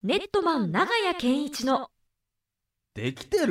ネットマン長屋健一のできてる？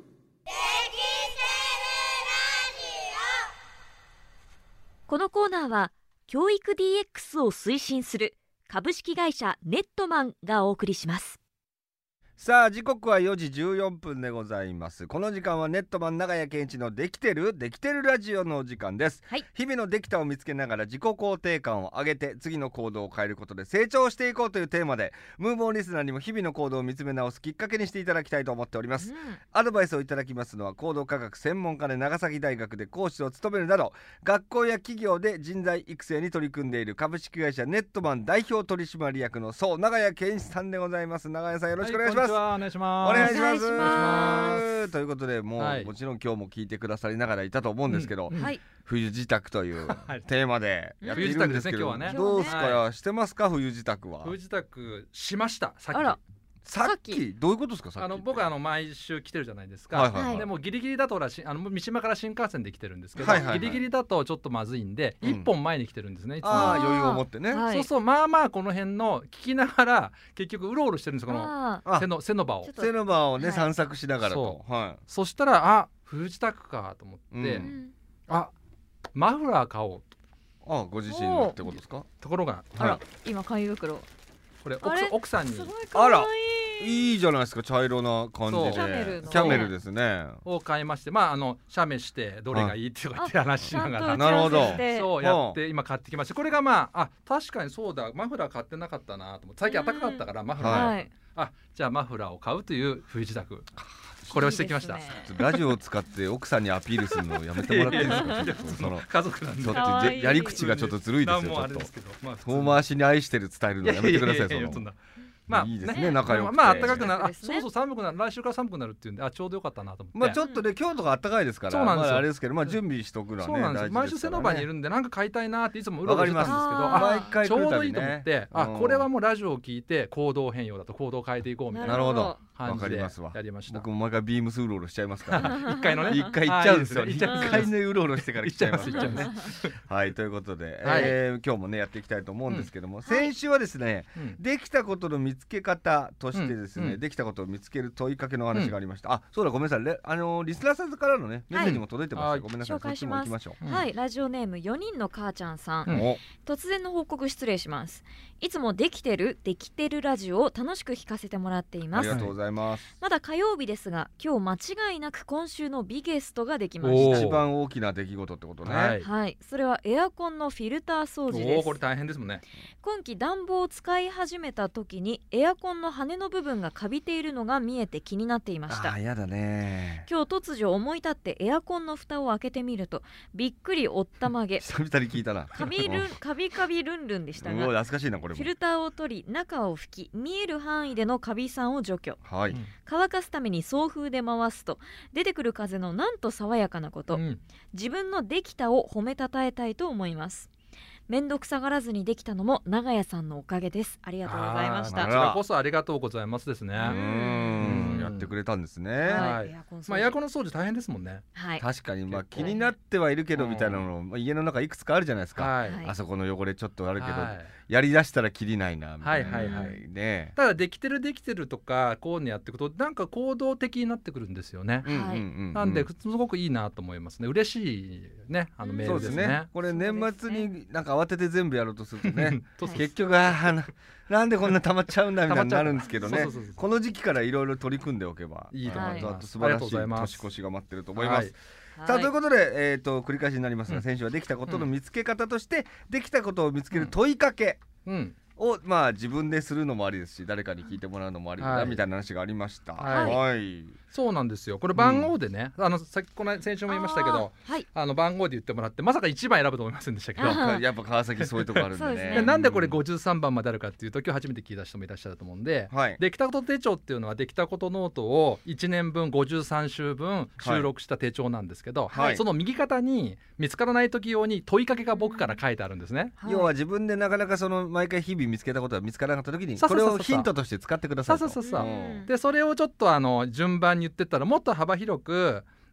このコーナーは教育 DX を推進する株式会社ネットマンがお送りします。 さあ時刻は4時14分でございます。この時間はネットマン長屋健一のできてるラジオのお時間です、 はい、 日々のできたを見つけながら自己肯定感を上げて次の行動を変えることで成長していこうというテーマで、ムーボーリスナーにも日々の行動を見つめ直すきっかけにしていただきたいと思っております、アドバイスをいただきますのは行動科学専門家で長崎大学で講師を務めるなど学校や企業で人材育成に取り組んでいる株式会社ネットマン代表取締役の長屋健一さんでございます。長屋さんよろしくお願いします。 お願いします。 お願いします。 お願いします。 ということでもう、もちろん今日も聞いてくださりながらいたと思うんですけど、冬支度というテーマでやっているんですけど、どうですか、してますか冬支度は。 冬支度しました。 さっきどういうことですか。さっき僕は毎週来てるじゃないですか、でもギリギリだと三島から新幹線で来てるんですけど、ギリギリだとちょっとまずいんで、一本前に来てるんですね、いつも。 余裕を持ってね、 そうまあまあこの辺の聞きながら結局うろうろしてるんです、この背の場をね、散策しながらと。 そしたら冬支度かと思って、マフラー買おうと。ご自身のってことですか。 ところが今紙袋これ奥さんに、 あらいいじゃないですか、茶色な感じでキャメルですねを買いまして、写メしてどれがいいって話しながら、 なるほど、 そうやって今買ってきました。これが確かにそうだ、マフラー買ってなかったなと思って、最近暖かかったからマフラー、じゃあマフラーを買うという冬支度、これをしてきました。 ラジオを使って奥さんにアピールするのをやめてもらっていいですか。 家族なんでちょっとやり口がちょっとずるいですよ。ちょっと遠回しに愛してる伝えるのやめてください。いいですね、仲良くて暖かくなる、そう寒くなる、来週から寒くなるっていうんでちょうどよかったなと思って。 ちょっとね今日とか暖かいですから、 そうなんですよ、 あれですけど、準備しとくのはね。 そうなんです、毎週背の場にいるんでなんか買いたいなっていつもうろうろしてたんですけど、ちょうどいいと思って、これはもうラジオを聞いて行動変容だと行動を変えていこうみたいな感じでやりました。 僕も毎回ビームスうろうろしちゃいますから一回のね、 一回行っちゃうんですよ。一回ねうろうろしてから来ちゃいますね。はい、ということで今日もねやっていきたいと思うんですけども、先週はですね、できたことの見つけ方としてですね、できたことを見つける問いかけの話がありました。そうだ、ごめんなさい、リスナーさんからのねメッセージも届いてます。ごめんなさい、 紹介します。 そっちも行きましょう。 はい、ラジオネーム4人の母ちゃんさん、突然の報告失礼します。いつもできてるラジオを楽しく聞かせてもらっています。 ありがとうございます。 まだ火曜日ですが、今日間違いなく今週のビゲストができました。 一番大きな出来事ってことね。 はい、それはエアコンのフィルター掃除です。 これ大変ですもんね。 今季暖房を使い始めた時にエアコンの羽の部分がカビているのが見えて気になっていました。 やだね。 今日突如思い立ってエアコンの蓋を開けてみると、びっくりおったまげ久々に聞いたな。 カビカビルンルンでしたが、 懐かしいなこれも。 フィルターを取り中を拭き、見える範囲でのカビ酸を除去、乾かすために送風で回すと出てくる風のなんと爽やかなこと、自分のできたを褒めたたえたいと思います。めんどくさがらずにできたのも長屋さんのおかげです。ありがとうございました。 こちらこそありがとうございますですね。 やってくれたんですね。 エアコンの掃除大変ですもんね。 確かに気になってはいるけどみたいなの家の中いくつかあるじゃないですか。あそこの汚れちょっとあるけど、やりだしたらキリないなみたいなね。 ただできてるとかこういうのやっていくとなんか行動的になってくるんですよね。なんですごくいいなと思いますね。嬉しいね、メールですね。 これ年末になんか慌てて全部やろうとするとね結局なんでこんな溜まっちゃうんだみたいになるんですけどね、この時期からいろいろ取り組んでおけばいいと思います。 素晴らしい年越しが待ってると思います。さあということで、繰り返しになりますが、先週はできたことの見つけ方として、できたことを見つける問いかけを自分でするのもありですし、誰かに聞いてもらうのもありだみたいな話がありました。 そうなんですよ。これ番号でね、さっき先週も言いましたけど、番号で言ってもらってまさか1番選ぶと思いませんでしたけどやっぱ川崎そういうとこあるんでね。 なんでこれ53番まであるかっていうと、今日初めて聞いた人もいらっしゃると思うんで、できたこと手帳っていうのはできたことノートを1年分53週分収録した手帳なんですけど、その右肩に見つからない時用に問いかけが僕から書いてあるんですね。 要は自分でなかなか毎回日々見つけたことが見つからなかった時にこれをヒントとして使ってくださいと。 でそれをちょっと順番に言ってったらもっと幅広く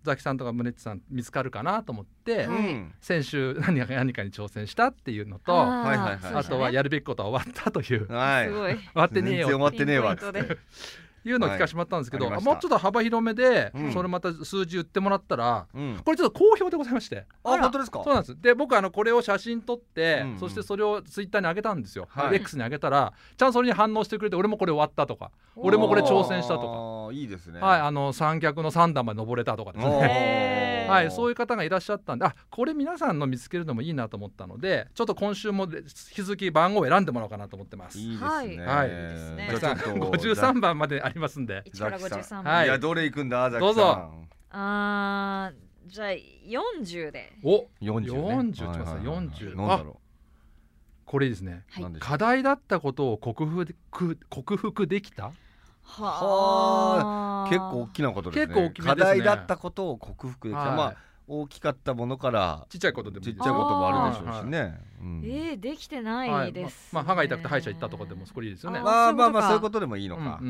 ザキさんとか宗地さん見つかるかなと思って、先週何かに挑戦したっていうのと、あとはやるべきことは終わったという、 すごい終わってねえよ終わってねえわっていうのを聞かせてもらったんですけど、もうちょっと幅広めで、それまた数字言ってもらったら、これちょっと好評でございまして。 本当ですか？ そうなんです。で僕これを写真撮って、そしてそれをツイッターに上げたんですよ、X に上げたらちゃんとそれに反応してくれて、俺もこれ終わったとか、俺もこれ挑戦したとか、 いいですね。 三脚の3段まで登れたとかですね、そういう方がいらっしゃったんで、これ皆さんの見つけるのもいいなと思ったので、ちょっと今週も引き続き番号を選んでもらおうかなと思ってます。 いいですね。 53番までありますんで、 1から53番。 いや、どれ行くんだザキさん。 どうぞ。 じゃあ40で。 40ってますね。40。なんだろう。これですね。課題だったことを克服できた。 はあ、結構大きなことですね。 結構大きめですね。 課題だったことを克服できた。まあ大きかったものからちっちゃいことでもちっちゃいこともあるでしょうしね。 できてないです。 歯が痛くて歯医者行ったとかでもそこでいいですよね。 まあそういうことでもいいのか。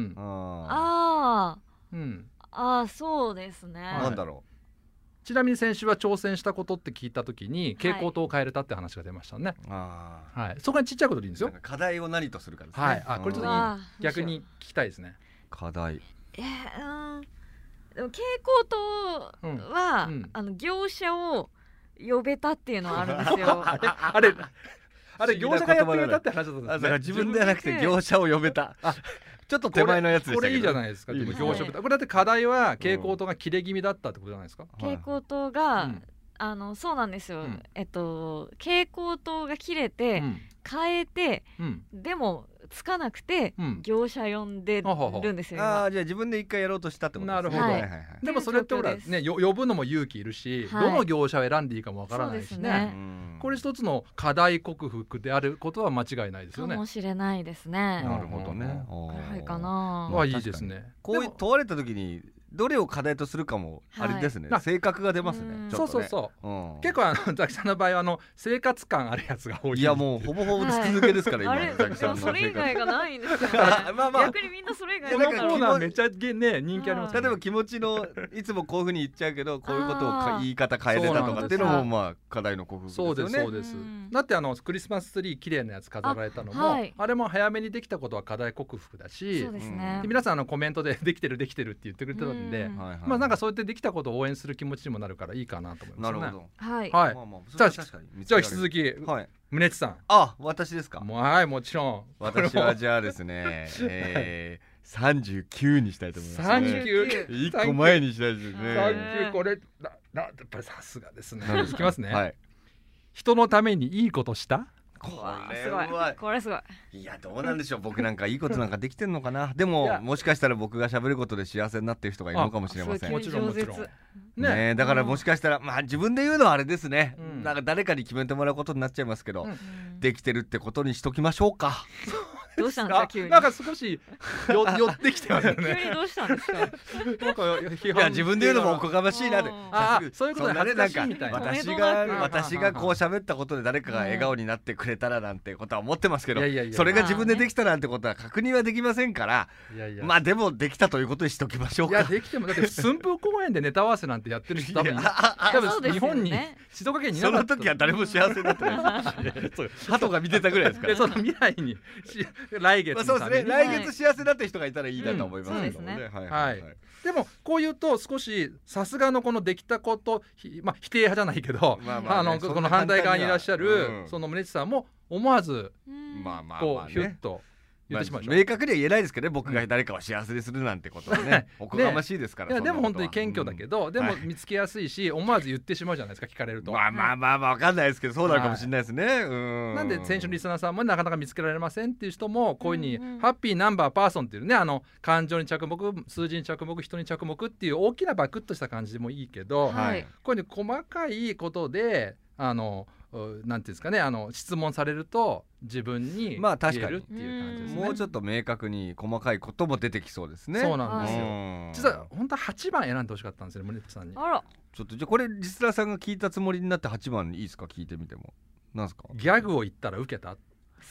そうですね。 なんだろう。 ちなみに先週は挑戦したことって聞いたときに蛍光灯を変えれたって話が出ましたね。そこはちっちゃいことでいいんですよ。 課題を何とするかですね。 これちょっと逆に聞きたいですね。 課題。 でも蛍光灯は業者を呼べたっていうのはあるんですよ。 あれ業者がやってくれたって話だったんですね。 だから自分ではなくて業者を呼べた。ちょっと手前のやつでしたけど、 これいいじゃないですか。業者これだって課題は蛍光灯が切れ気味だったってことじゃないですか。 蛍光灯がそうなんですよ。蛍光灯が切れて変えて、でもつかなくて業者呼んでるんですよ。 じゃあ自分で一回やろうとしたってことですね。 なるほど。でもそれってほらね、呼ぶのも勇気いるし、どの業者を選んでいいかもわからないしね。これ一つの課題克服であることは間違いないですよね。 かもしれないですね。 なるほどね。 ぐらいかな。 いいですね。 こう問われた時にどれを課題とするかもあれですね。性格が出ますね。 そう。結構ザキさんの場合は生活感あるやつが多い。 いやもうほぼほぼ続けですから今ザキさんの。 それ以外がないんですよね。逆にみんなそれ以外このコーナーめっちゃね人気あります。 例えば気持ちのいつもこういう風に言っちゃうけど、こういうことを言い方変えれたとかっていうのもまあ課題の克服ですよね。 そうです。だってクリスマスツリー綺麗なやつ飾られたのもあれも早めにできたことは課題克服だし、皆さんコメントでできてるって言ってくれてたんで、なんかそうやってできたことを応援する気持ちにもなるからいいかなと思いますね。 なるほど。 はい。 じゃあ引き続き宗地さん。 私ですか。 もちろん。 私はじゃあですね、39にしたいと思います。 39。 1個前にしたいですね。 39これやっぱりさすがですね。いきますね。人のためにいいことした？ これすごい。 いやどうなんでしょう。僕なんかいいことなんかできてんのかな。でももしかしたら僕が喋ることで幸せになってる人がいるのかもしれません。 もちろんね。だからもしかしたら自分で言うのはあれですね。なんか誰かに決めてもらうことになっちゃいますけど、できてるってことにしときましょうか。 どうしたんですか急に。 なんか少し寄ってきてますよね。 急にどうしたんですか。なんか自分で言うのもおこがましいなって。 そういうことで恥ずかしいみたいな。 私がこう喋ったことで誰かが笑顔になってくれたらなんてことは思ってますけど、それが自分でできたなんてことは確認はできませんから、でもできたということにしときましょうか。 いやできてもだって寸風公園でネタ合わせなんてやってる人多分日本に静岡県にその時は誰も幸せになってないです。鳩が見てたぐらいですから。 その未来に来月そうですね。来月幸せだった人がいたらいいなと思います。そうですね。 でもこう言うと少しさすがのこのできたこと否定派じゃないけど、この反対側にいらっしゃるその宗地さんも思わずこうヒュッと言ってしまう。 明確には言えないですけどね。僕が誰かを幸せにするなんてことはね、おこがましいですから。 でも本当に謙虚だけど、でも見つけやすいし思わず言ってしまうじゃないですか、聞かれると。 分かんないですけど、そうなるかもしれないですね。 なんで先週のリスナーさんもなかなか見つけられませんっていう人もこういうふうにハッピーナンバーパーソンっていうね、感情に着目、数字に着目、人に着目っていう大きなバクッとした感じでもいいけど、こういう細かいことでなんていうんですかね、質問されると自分に言えるっていう感じですね。 もうちょっと明確に細かいことも出てきそうですね。 そうなんですよ。実は本当は8番選んでほしかったんですよ、宗地さんに。 あら、 ちょっとじゃあこれリスナーさんが聞いたつもりになって8番いいですか、聞いてみても。なんですか。 ギャグを言ったら受けた。 すごい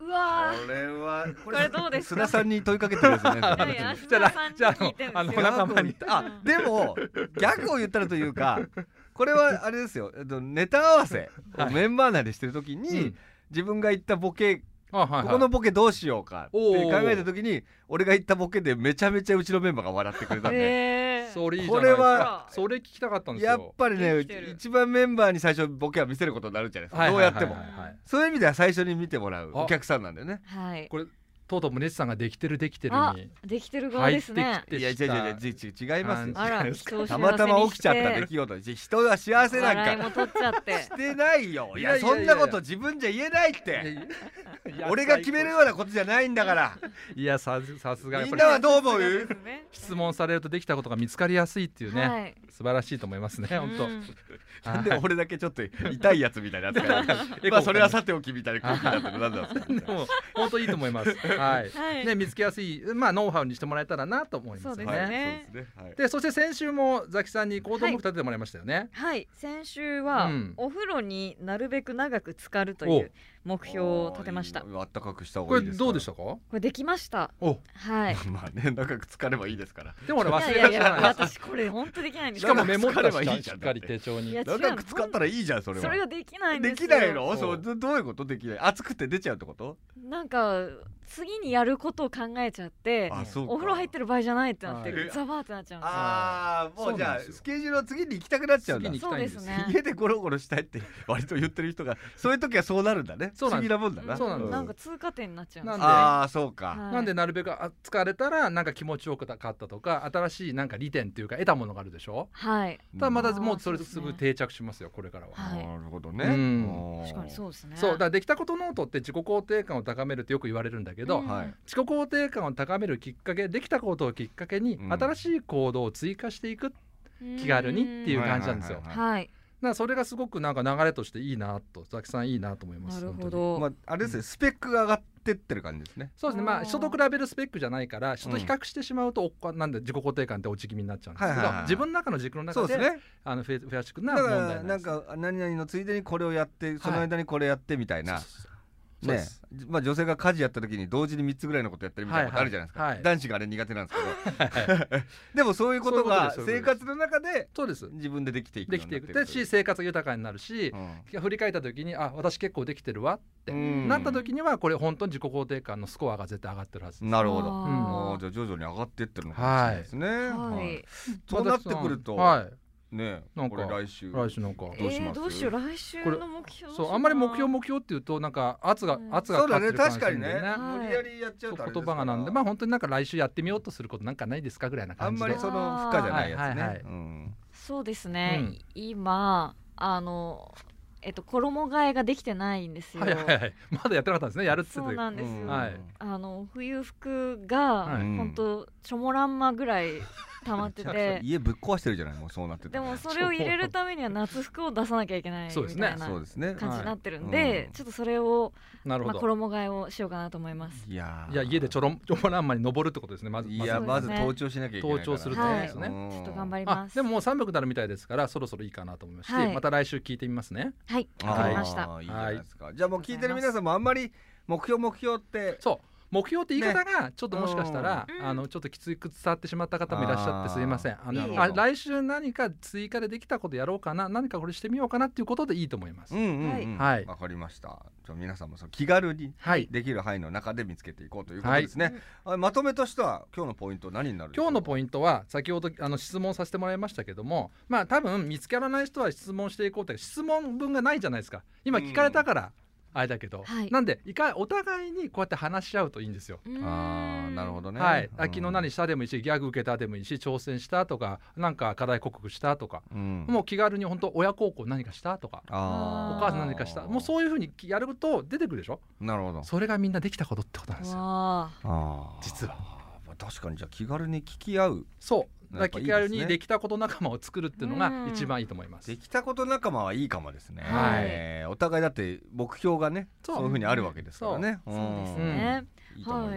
うわこれはこれどうですか。 須田さんに問いかけてるんですね。 じゃあ仲間にでもギャグを言ったらというか、これはあれですよ、ネタ合わせをメンバー内でしてる時に、自分が言ったボケ、ここのボケどうしようかって考えた時に、俺が言ったボケでめちゃめちゃうちのメンバーが笑ってくれたんで、 それいいじゃないですか。これはそれ聞きたかったんですよ。 やっぱりね、一番メンバーに最初ボケは見せることになるじゃないですか、どうやっても。そういう意味では最初に見てもらうお客さんなんだよね。 これとうとう宗さんができてるにできてる側ですね。 いや違いますよ。 あら、 たまたま起きちゃった出来事で、人は幸せなんかしてないよ。いや、そんなこと自分じゃ言えないって。俺が決めるようなことじゃないんだから。 いや、さすがみんなはどう思う？ 質問されるとできたことが見つかりやすいっていうね、素晴らしいと思いますね、本当。 なんで俺だけちょっと痛いやつみたいなやつが、まあそれはさておきみたいな空気になってる。なんだろう。 でも本当いいと思います。ね、見つけやすい、ノウハウにしてもらえたらなと思いますね。で、そして先週もザキさんに行動目標立ててもらいましたよね。 はい、先週はお風呂になるべく長く浸かるという目標を立てました。 あったかくした方がいいですか。 これどうでしたか？ これできました。はい。 まあね、長く浸かればいいですから。 でも俺忘れがちじゃないですか。 私これ本当できないんです。 しかもメモればいいじゃん。しっかり手帳に。 長く浸かったらいいじゃん、それは。 それができないんですよ。 できないの？そう、どういうこと？できない。熱くて出ちゃうってこと？ なんか次にやることを考えちゃって、お風呂入ってる場合じゃないってなってる。ザバーってなっちゃうんですよ。 ああ、もうじゃあスケジュールを次に行きたくなっちゃうんだ。 そうですね。 家でゴロゴロしたいって割と言ってる人が、そういう時はそうなるんだね。不思議なもんだな。 なんか通過点になっちゃう。 ああ、そうか。 なんでなるべく疲れたらなんか気持ちよくかったとか、新しいなんか利点っていうか得たものがあるでしょ。 はい。 ただまだもうそれすぐ定着しますよ、これからは。 なるほどね。 確かにそうですね。 そうだからできたことノートって自己肯定感を高めるってよく言われるんだけど、自己肯定感を高めるきっかけ、できたことをきっかけに新しい行動を追加していく、気軽にっていう感じなんですよ。 はい。 それがすごくなんか流れとしていいなと、ザキさんいいなと思います。 なるほど。 まああれですね、スペックが上がってってる感じですね。 そうですね。まあ人と比べるスペックじゃないから、人と比較してしまうとなんで自己肯定感って落ち気味になっちゃうんですけど、自分の中の軸の中でフェアシックな問題なんです。 なんか何々のついでにこれをやって、その間にこれやってみたいな。ね、まあ女性が家事やった時に同時に3つぐらいのことやってるみたいなことあるじゃないですか。男子があれ苦手なんですけど、でもそういうことが生活の中で自分でできていくし、生活が豊かになるし、振り返った時に私結構できてるわってなった時には、これ本当に自己肯定感のスコアが絶対上がってるはずです。 なるほど。じゃあ徐々に上がっていってるのかもしれないですね。そうなってくるとね、なんか来週なんかどうします？ どうしよう、来週の目標。 そう、あんまり目標っていうとなんか圧がそうだね、確かにね、無理やりやっちゃうと言葉がなんで、まあ本当になんか来週やってみようとすることなんかないですかぐらいな感じで。 あんまりその負荷じゃないやつね。 そうですね。今衣替えができてないんですよ。 まだやってなかったんですね。やるって言って。 そうなんですよ。冬服が本当チョモランマぐらい溜まってて、 家ぶっ壊してるじゃない、もうそうなってて。 でもそれを入れるためには夏服を出さなきゃいけないみたいな感じになってるんで、ちょっとそれを衣替えをしようかなと思います。 いや家でチョモランマに登るってことですね。まず登頂しなきゃいけない。 登頂するってことですね。 ちょっと頑張ります。 でももう300になるみたいですから、そろそろいいかなと思いますし、また来週聞いてみますね。 はい、わかりました。 いいじゃないですか。じゃあもう聞いてる皆さんもあんまり目標って目標って言い方がちょっともしかしたらちょっときつく伝わってしまった方もいらっしゃってすいません。来週何か追加でできたことやろうかな、何かこれしてみようかなっていうことでいいと思います。 わかりました。じゃあ皆さんも気軽にできる範囲の中で見つけていこうということですね。まとめとしては今日のポイント何になるでしょうか？ 今日のポイントは先ほど質問させてもらいましたけども、まあ多分見つからない人は質問していこうという質問文がないじゃないですか。今聞かれたからあれだけど、なんでお互いにこうやって話し合うといいんですよ。 なるほどね。 昨日何したでもいいし、ギャグ受けたでもいいし、挑戦したとか、なんか課題克服したとか、もう気軽に本当親孝行何かしたとか、お母さん何かした、もうそういう風にやると出てくるでしょ。 なるほど。 それがみんなできたことってことなんですよ。実は確かに、じゃあ気軽に聞き合う。 気軽にできたこと仲間を作るっていうのが一番いいと思います。 できたこと仲間はいいかもですね。お互いだって目標がね、そういう風にあるわけですからね。 そうですね。 いいと思います。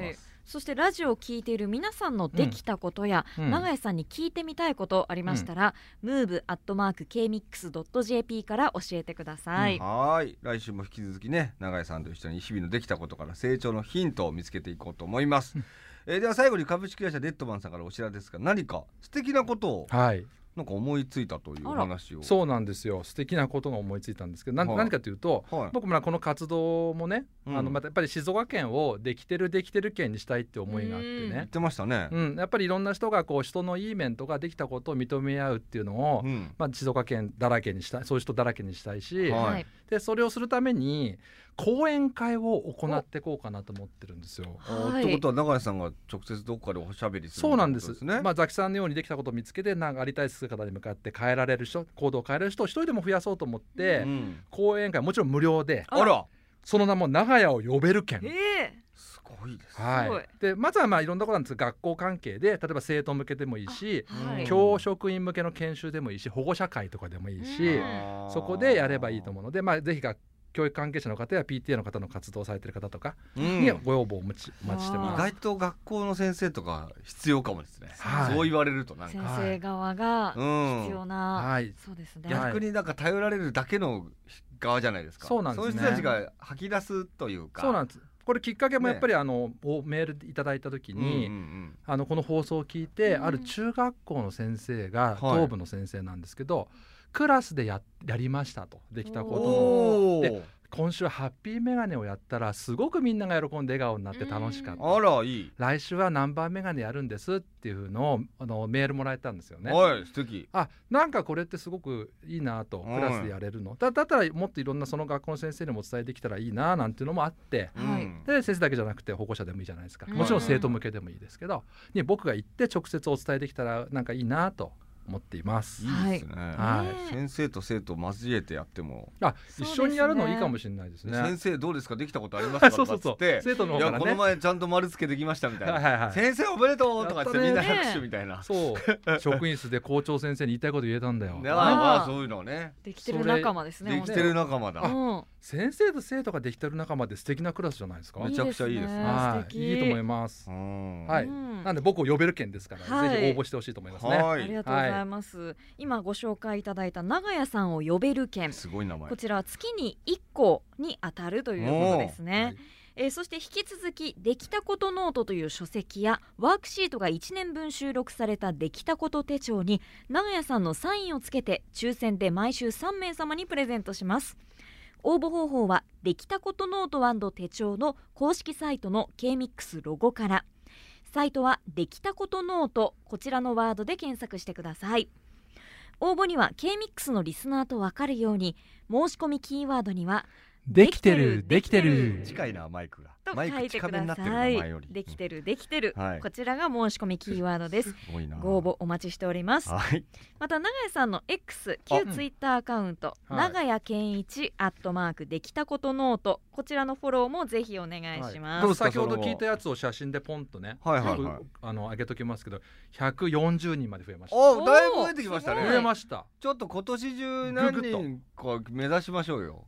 そしてラジオを聞いている皆さんのできたことや、永谷さんに聞いてみたいことありましたら、move@kmix.jp から教えてください。 はい、来週も引き続きね、永谷さんと一緒に日々のできたことから成長のヒントを見つけていこうと思います。では最後に株式会社ネットマンさんからお知らせですが、何か素敵なことを、なんか思いついたというお話を。 そうなんですよ。素敵なことが思いついたんですけど、何かというと、僕もこの活動もね、またやっぱり静岡県をできてる県にしたいって思いがあってね。 言ってましたね。 やっぱりいろんな人がこう人のいい面とかできたことを認め合うっていうのを、静岡県だらけにしたい、そういう人だらけにしたいし、でそれをするために講演会を行っていこうかなと思ってるんですよ。 ってことは永谷さんが直接どこかでおしゃべりするそうなんです。ザキさんのようにできたことを見つけて、なんかありたい姿に向かって変えられる人、行動を変えられる人を一人でも増やそうと思って、講演会もちろん無料で、その名も長屋を呼べる券。 すごいですね。でまずはいろんなことなんですが、学校関係で例えば生徒向けでもいいし、教職員向けの研修でもいいし、保護者会とかでもいいし、そこでやればいいと思うので、ぜひ教育関係者の方や PTA の方の活動されている方とかにご要望をお待ちしてます。 意外と学校の先生とか必要かもですね。そう言われるとなんか先生側が必要な、そうですね。 逆になんか頼られるだけの側じゃないですか。 そうなんですね。 そういう人たちが吐き出すというか。 そうなんです。これきっかけもやっぱりメールいただいた時に、この放送を聞いて、ある中学校の先生が東部の先生なんですけど、クラスでやりましたと、できたことので、今週ハッピーメガネをやったらすごくみんなが喜んで笑顔になって楽しかった、 あらいい、 来週は何番メガネやるんですっていうのをメールもらえたんですよね。 素敵。 なんかこれってすごくいいなと、クラスでやれるのだったらもっといろんなその学校の先生にもお伝えできたらいいななんていうのもあって、で先生だけじゃなくて保護者でもいいじゃないですか、もちろん生徒向けでもいいですけど、僕が行って直接お伝えできたらなんかいいなと思っています。 いいですね。先生と生徒を交えてやっても、 一緒にやるのいいかもしれないですね。 先生どうですか、できたことありますかとかつって、 生徒の方からね、 この前ちゃんと丸付けできましたみたいな、先生おめでとうとかってみんな拍手みたいな。 そう職員室で校長先生に言いたいこと言えたんだよ。 そういうのね、 できてる仲間ですね。 できてる仲間だ。 先生と生徒ができてる仲間で素敵なクラスじゃないですか。 めちゃくちゃいいですね。 いいと思います。なんで僕を呼べる件ですから、ぜひ応募してほしいと思いますね。 ありがとうございます。今ご紹介いただいた長屋さんを呼べる券、 すごい名前。 こちらは月に1個に当たるということですね。そして引き続きできたことノートという書籍やワークシートが1年分収録されたできたこと手帳に長屋さんのサインをつけて抽選で毎週3名様にプレゼントします。応募方法はできたことノート&手帳の公式サイトの K-MIX ロゴから、サイトはできたことノート、こちらのワードで検索してください。応募には K-MIX のリスナーと分かるように、申し込みキーワードにはできてるできてる、 近いなマイクがと書いてください。できてるできてる、こちらが申し込みキーワードです。ご応募お待ちしております。また長屋さんの X 旧ツイッターアカウント、長屋健一@できたことノート、こちらのフォローもぜひお願いします。 先ほど聞いたやつを写真でポンとね、上げときますけど、140人まで増えました。 だいぶ増えてきましたね。 増えました。 ちょっと今年中何人か目指しましょうよ。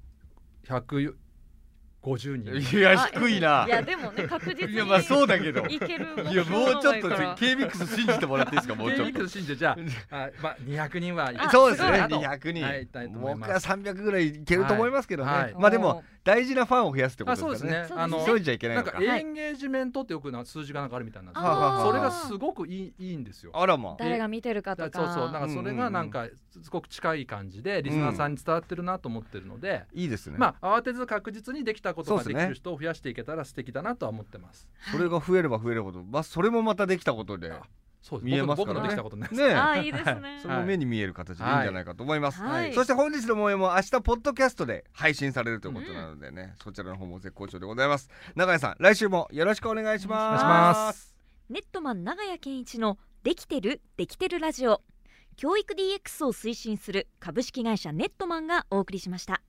150人。 いや低いな。 いやでもね、確実に。 いやそうだけど。 いける。 いやもうちょっと K-MIX 信じてもらっていいですか。もうちょっと。 K-MIX 信じて、じゃあ200人は。 そうですね。200人。僕は300ぐらいいけると思いますけどね。まあでも大事なファンを増やすってことですね。急いじゃいけないのか。 なんかエンゲージメントってよく数字がなんかあるみたいなんですけど、それがすごくいいんですよ。 あらま。 誰が見てるかとか。 そうなんかそれがなんかすごく近い感じでリスナーさんに伝わってるなと思ってるので、 いいですね。 まあ慌てず確実にできたことができる人を増やしていけたら素敵だなとは思ってます。 それが増えれば増えるほど、それもまたできたことで見えますからね。 僕のできたことね。 いいですね。 それも目に見える形でいいんじゃないかと思います。そして本日の模様も明日ポッドキャストで配信されるということなのでね、そちらの方も絶好調でございます。長屋さん、来週もよろしくお願いします。 ネットマン長屋健一のできてるできてるラジオ、教育 DX を推進する株式会社ネットマンがお送りしました。